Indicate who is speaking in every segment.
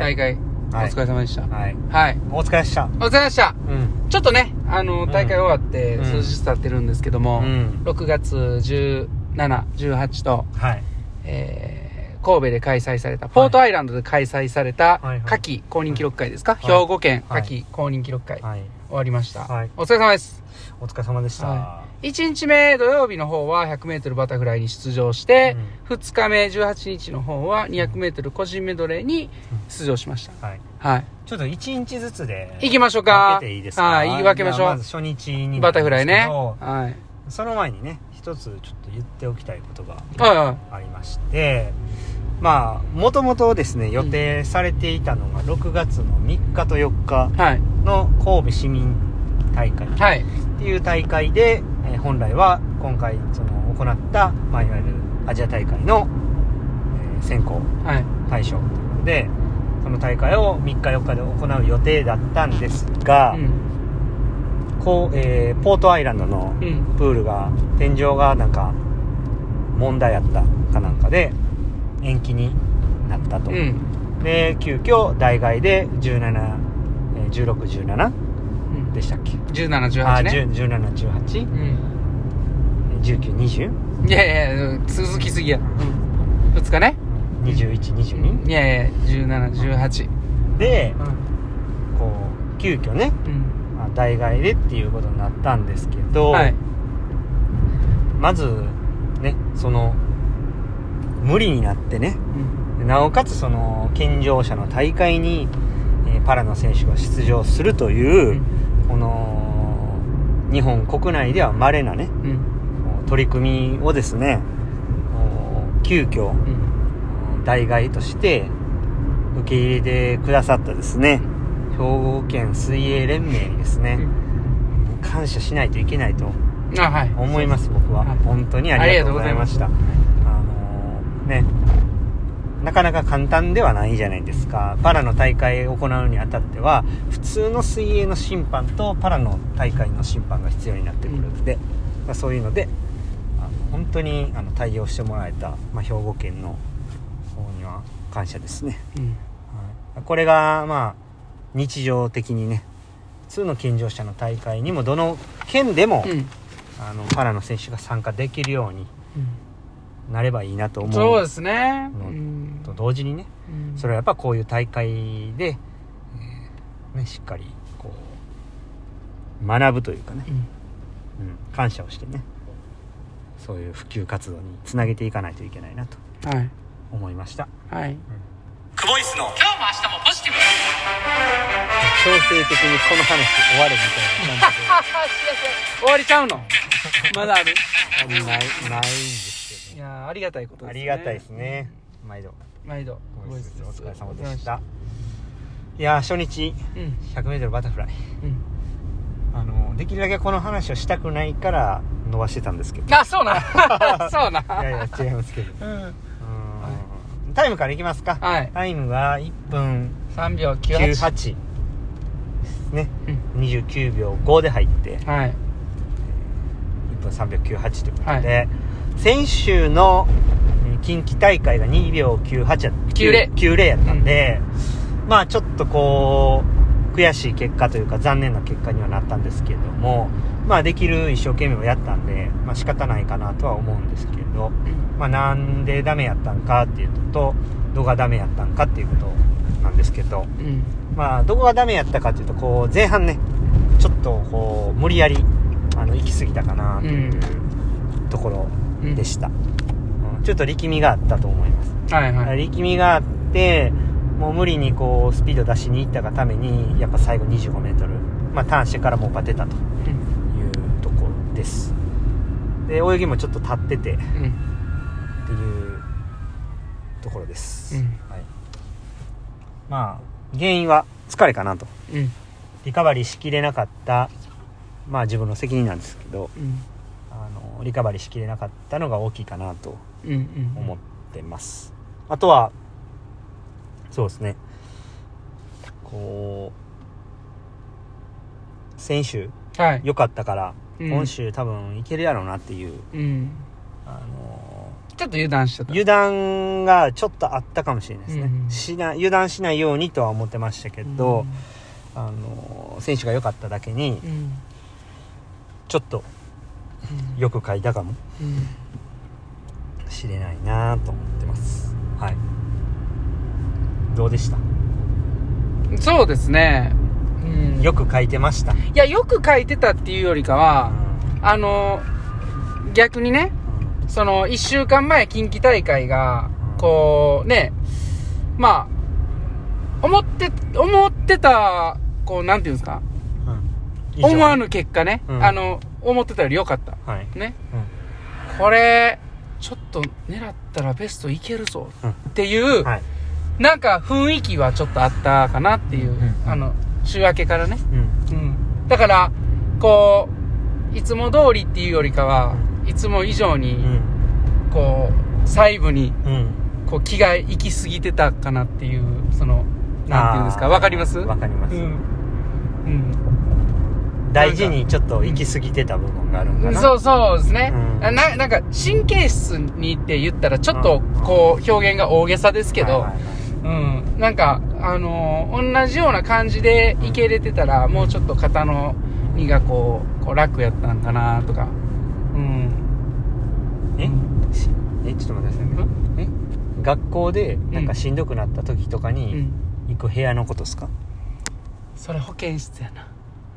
Speaker 1: 大会、お疲れ様でした。
Speaker 2: はい。
Speaker 1: はい。
Speaker 2: お疲れでした。
Speaker 1: お疲れ様でした。
Speaker 2: うん。
Speaker 1: ちょっとね、大会終わって数日経ってるんですけども、6月17、18と、
Speaker 2: はい。
Speaker 1: 神戸で開催された、ポートアイランドで開催された、夏季公認記録会ですか、兵庫県夏季公認記録会、終わりました。お疲れ様です。
Speaker 2: お疲れ様でした。
Speaker 1: 1日目土曜日の方は 100m バタフライに出場して、2日目18日の方は 200m 個人メドレーに出場しました。はい。
Speaker 2: ちょっと1日ずつで
Speaker 1: 行きましょうか。
Speaker 2: 分けていいですか。
Speaker 1: はい、分けましょう。
Speaker 2: まず初日に
Speaker 1: バタフライね。はい。
Speaker 2: その前にね、一つちょっと言っておきたいことがありまして、まあもともとですね、予定されていたのが6月の3日と4日の神戸市民大会っていう大会で、本来は今回その行った、まあ、いわゆるアジア大会の、選考対象ということで、その大会を3日4日で行う予定だったんですが、ポートアイランドのプールが、天井がなんか問題あったかなんかで延期になったと、で急遽代替で17、16、17でしたっけ。
Speaker 1: 17、18ね。
Speaker 2: 17、18、19、20。
Speaker 1: いやいや、続きすぎや。2日ね。
Speaker 2: 21、22。
Speaker 1: いやいや、17、18。
Speaker 2: で、こう、急遽ね、代替でっていうことになったんですけど、まず、ね、その、無理になってね、なおかつその、健常者の大会に、パラの選手が出場するという、この日本国内では稀なね、取り組みをですね、急遽、代替として受け入れてくださったですね、兵庫県水泳連盟にですね、感謝しないといけないと思います。僕は本当にありがとうございました。ね、なかなか簡単ではないじゃないですか。パラの大会を行うにあたっては、普通の水泳の審判とパラの大会の審判が必要になってくるので、そういうので本当に対応してもらえた、兵庫県の方には感謝ですね。これがまあ日常的にね、普通の健常者の大会にもどの県でも、パラの選手が参加できるようになればいいなと思う。
Speaker 1: そうですね。
Speaker 2: と同時にね、それはやっぱこういう大会で、ね、しっかりこう学ぶというかね、感謝をしてね、そういう普及活動につなげていかないといけないなと思いました。
Speaker 1: クボイスの今日も明日もポジティブ。
Speaker 2: 強制的にこの話終わるみたいな感じで
Speaker 1: 終わりちゃうのまだある
Speaker 2: ないんですけど。
Speaker 1: いや、ありがたいことですね。
Speaker 2: ありがたいですね。毎度
Speaker 1: お疲
Speaker 2: れ様でした。いや、初日、100m バタフライ、できるだけこの話をしたくないから伸ばしてたんですけど。
Speaker 1: あ、そうなそうな。
Speaker 2: いやいや違いますけど、タイムからいきますか。タイムは1分
Speaker 1: 3秒98
Speaker 2: ですね、29秒5で入って、1分3秒98ということで、先週の近畿大会が2秒9890やったんで、まあちょっとこう悔しい結果というか残念な結果にはなったんですけれども、まあできる一生懸命をやったんで、まあ仕方ないかなとは思うんですけど、まあなんでダメやったんかっていうと、どこがダメやったんかっていうことなんですけど、まあどこがダメやったかっていうと、こう前半ね、ちょっとこう無理やり行き過ぎたかなというところでした。ちょっと力みがあったと思います。力みがあって、もう無理にこうスピード出しに行ったがために、やっぱ最後25メートル、まあターンしてからもうバテたというところです。で、泳ぎもちょっと立ってて、っていうところです。まあ原因は疲れかなと。リカバリーしきれなかった、まあ自分の責任なんですけど、リカバリーしきれなかったのが大きいかなと思ってます。あとはそうですね、こう先週良かったから、今週多分いけるやろうなっていう、
Speaker 1: ちょっと油断してた。
Speaker 2: 油断がちょっとあったかもしれないですね、油断しないようにとは思ってましたけど、選手が良かっただけに、ちょっとよく書いたかもしれないなと思ってます。はい。どうでした？
Speaker 1: そうですね、
Speaker 2: よく書いてました。い
Speaker 1: や、よく書いてたっていうよりかは、逆にね、その1週間前近畿大会がこうね、まあ思ってたこうなんていうんですか、思わぬ結果ね、思ってたより良かった、ね、これちょっと狙ったらベストいけるぞっていう、なんか雰囲気はちょっとあったかなっていう、週明けからね、だからこういつも通りっていうよりかは、いつも以上に、こう細部に、こう気が行き過ぎてたかなっていう、そのなんていうんですか、わかります？
Speaker 2: わかります、大事にちょっと行き過ぎてた部分があるんかな。
Speaker 1: そうですね、なんか神経質にって言ったらちょっとこう表現が大げさですけど、なんか同じような感じでいけれてたら、もうちょっと肩の荷がこう楽やったんかなとか。
Speaker 2: ちょっと待ってくださいね。学校でなんかしんどくなった時とかに行く部屋のことですか？
Speaker 1: それ保健室やな。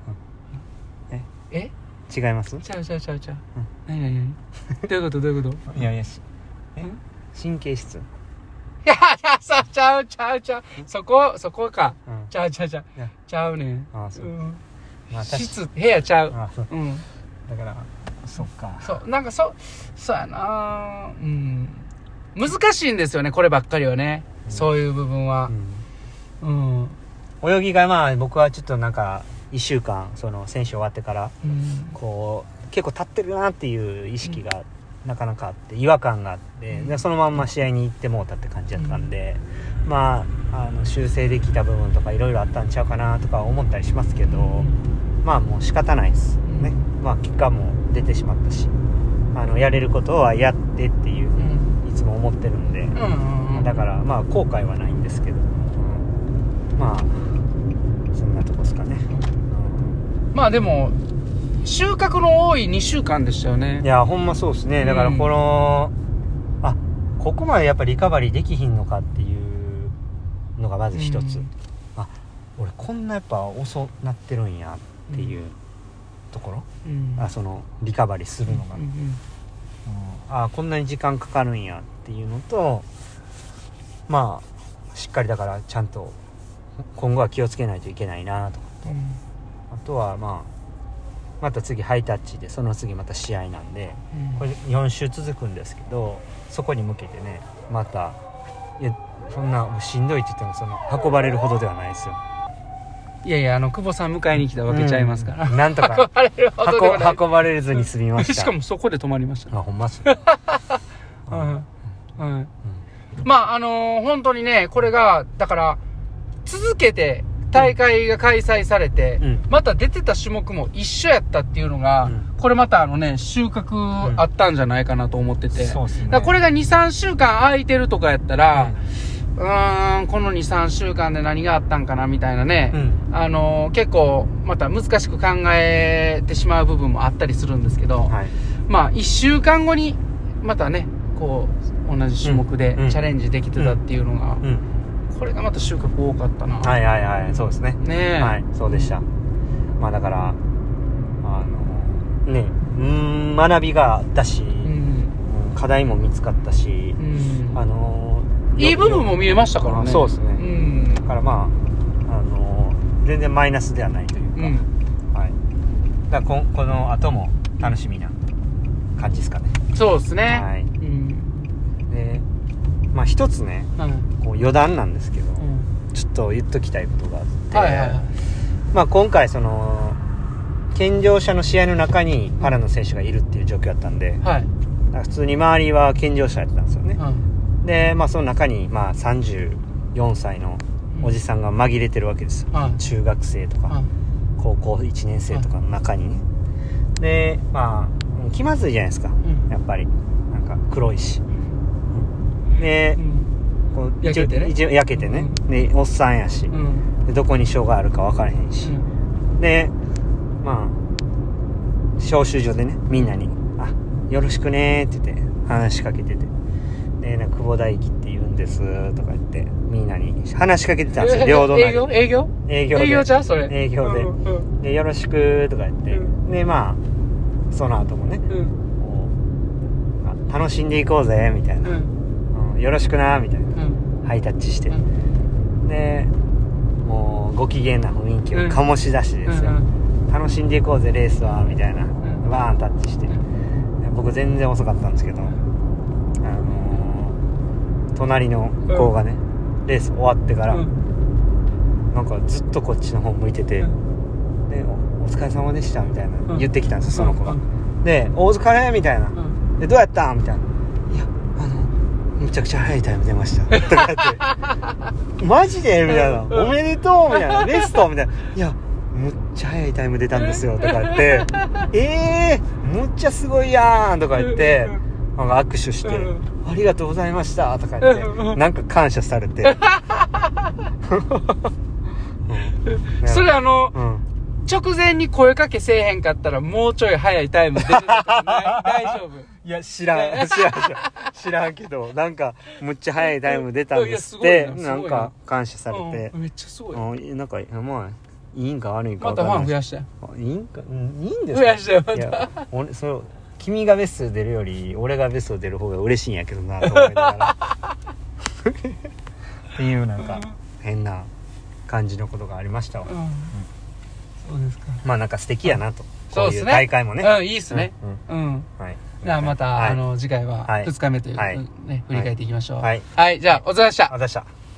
Speaker 2: 違います？
Speaker 1: ちゃう。何どういうこと？いや
Speaker 2: 神経質。
Speaker 1: いやちゃうそこか、ちゃうねん。室部屋ちゃう。
Speaker 2: だからそっか。
Speaker 1: なんかそうやな。難しいんですよね、こればっかりはね、そういう部分は。
Speaker 2: 泳ぎがまあ僕はちょっとなんか1週間その選手終わってから、こう結構立ってるなっていう意識がなかなかあって、違和感があって、でそのまんま試合に行ってもうたって感じだったんで、まあ修正できた部分とかいろいろあったんちゃうかなとか思ったりしますけど、まあもう仕方ないですね。まあ結果も出てしまったし、やれることはやってっていういつも思ってるんで、だからまあ後悔はないんですけど、まあそんなとこですかね。
Speaker 1: まあでも収穫の多い2週間でしたよね。
Speaker 2: いやほんまそうですね。だからこの、ここまでやっぱリカバリーできひんのかっていうのがまず一つ、俺こんなやっぱ遅なってるんやっていうところ、そのリカバリーするのが、こんなに時間かかるんやっていうのと、まあしっかりだからちゃんと今後は気をつけないといけないなとかと、あとはまた次ハイタッチで、その次また試合なんで、これ4週続くんですけど、そこに向けてね、またそんなしんどいって言ってもその運ばれるほどではないですよ。
Speaker 1: いや久保さん迎えに来たわけちゃいますから、
Speaker 2: なんとか運ばれるほどではない、運ばれずに済みました。
Speaker 1: しかもそこで止まりました。
Speaker 2: ほんまっす
Speaker 1: まあ本当にね、これがだから続けて大会が開催されて、また出てた種目も一緒やったっていうのが、これまた収穫あったんじゃないかなと思ってて、だからこれが 2,3 週間空いてるとかやったら、この 2,3 週間で何があったんかなみたいなね、結構また難しく考えてしまう部分もあったりするんですけど、まあ1週間後にまたねこう同じ種目でチャレンジできてたっていうのが、これがまた収穫多かったな。
Speaker 2: そうですね。そうでした。まあだから学びがあったし、課題も見つかったし、
Speaker 1: いい部分も見えましたからね。
Speaker 2: そうですね。だからまあ全然マイナスではないというか、だからこの後も楽しみな感じですかね。
Speaker 1: そうですね。
Speaker 2: でまあ一つね、こう余談なんですけど、ちょっと言っときたいことがあって、まあ今回その健常者の試合の中にパラの選手がいるっていう状況だったんで、普通に周りは健常者やったんですよね。でまあその中にまあ34歳のおじさんが紛れてるわけですよ、中学生とか、高校1年生とかの中にね。でまあ気まずいじゃないですか、やっぱりなんか黒いし、 で、こう
Speaker 1: 焼けてね。
Speaker 2: 一応焼けてね。で、おっさんやし、でどこに障害あるか分からへんし。で、まあ、招集所でね、みんなに、よろしくねーって言って話しかけてて。で、久保大輝って言うんですとか言って、みんなに話しかけてたんですよ、両隣。
Speaker 1: 営業じゃそれ。
Speaker 2: 営業で。で、よろしくとか言って。で、まあ、その後もね、楽しんでいこうぜ、みたいな。よろしくな、みたいな。ハイタッチして。で、もう、ご機嫌な雰囲気を醸し出してですよ。楽しんでいこうぜ、レースは、みたいな。バーンタッチして。僕全然遅かったんですけど、隣の子がね、レース終わってから、なんかずっとこっちの方向いてて、で、お疲れ様でしたみたいな言ってきたんですよ、その子が。で、お疲れみたいな。で、どうやったみたいな。いや、むちゃくちゃ早いタイム出ました。とか言って、マジでみたいな。おめでとうみたいな。ベストみたいな。いや、むっちゃ早いタイム出たんですよ。とか言って、むっちゃすごいやんとか言って、なんか握手して、ありがとうございましたとか言って、なんか感謝されて。
Speaker 1: それ直前に声かけせえへんかったらもうちょい早いタイム出てたとかない大丈夫？
Speaker 2: いや、知らんけど、なんか、むっちゃ早いタイム出たんですって、なんか感謝されて。
Speaker 1: めっちゃすごい。
Speaker 2: なんか、まあ、いいんか悪いんか
Speaker 1: またファン増やして。
Speaker 2: いいんですか？
Speaker 1: 増やしてよ、また。
Speaker 2: いや、君がベスト出るより俺がベスト出る方が嬉しいんやけどなと思いながらっていうなんか変な感じのことがありましたわ。
Speaker 1: そうですか。
Speaker 2: まあなんか素敵やなと、こういう大会もね。
Speaker 1: いいっすね。
Speaker 2: はい。
Speaker 1: じゃあまた次回は2日目というね振り返っていきましょう。
Speaker 2: はい。
Speaker 1: じゃあお疲れ様でした。
Speaker 2: お疲れ様でした。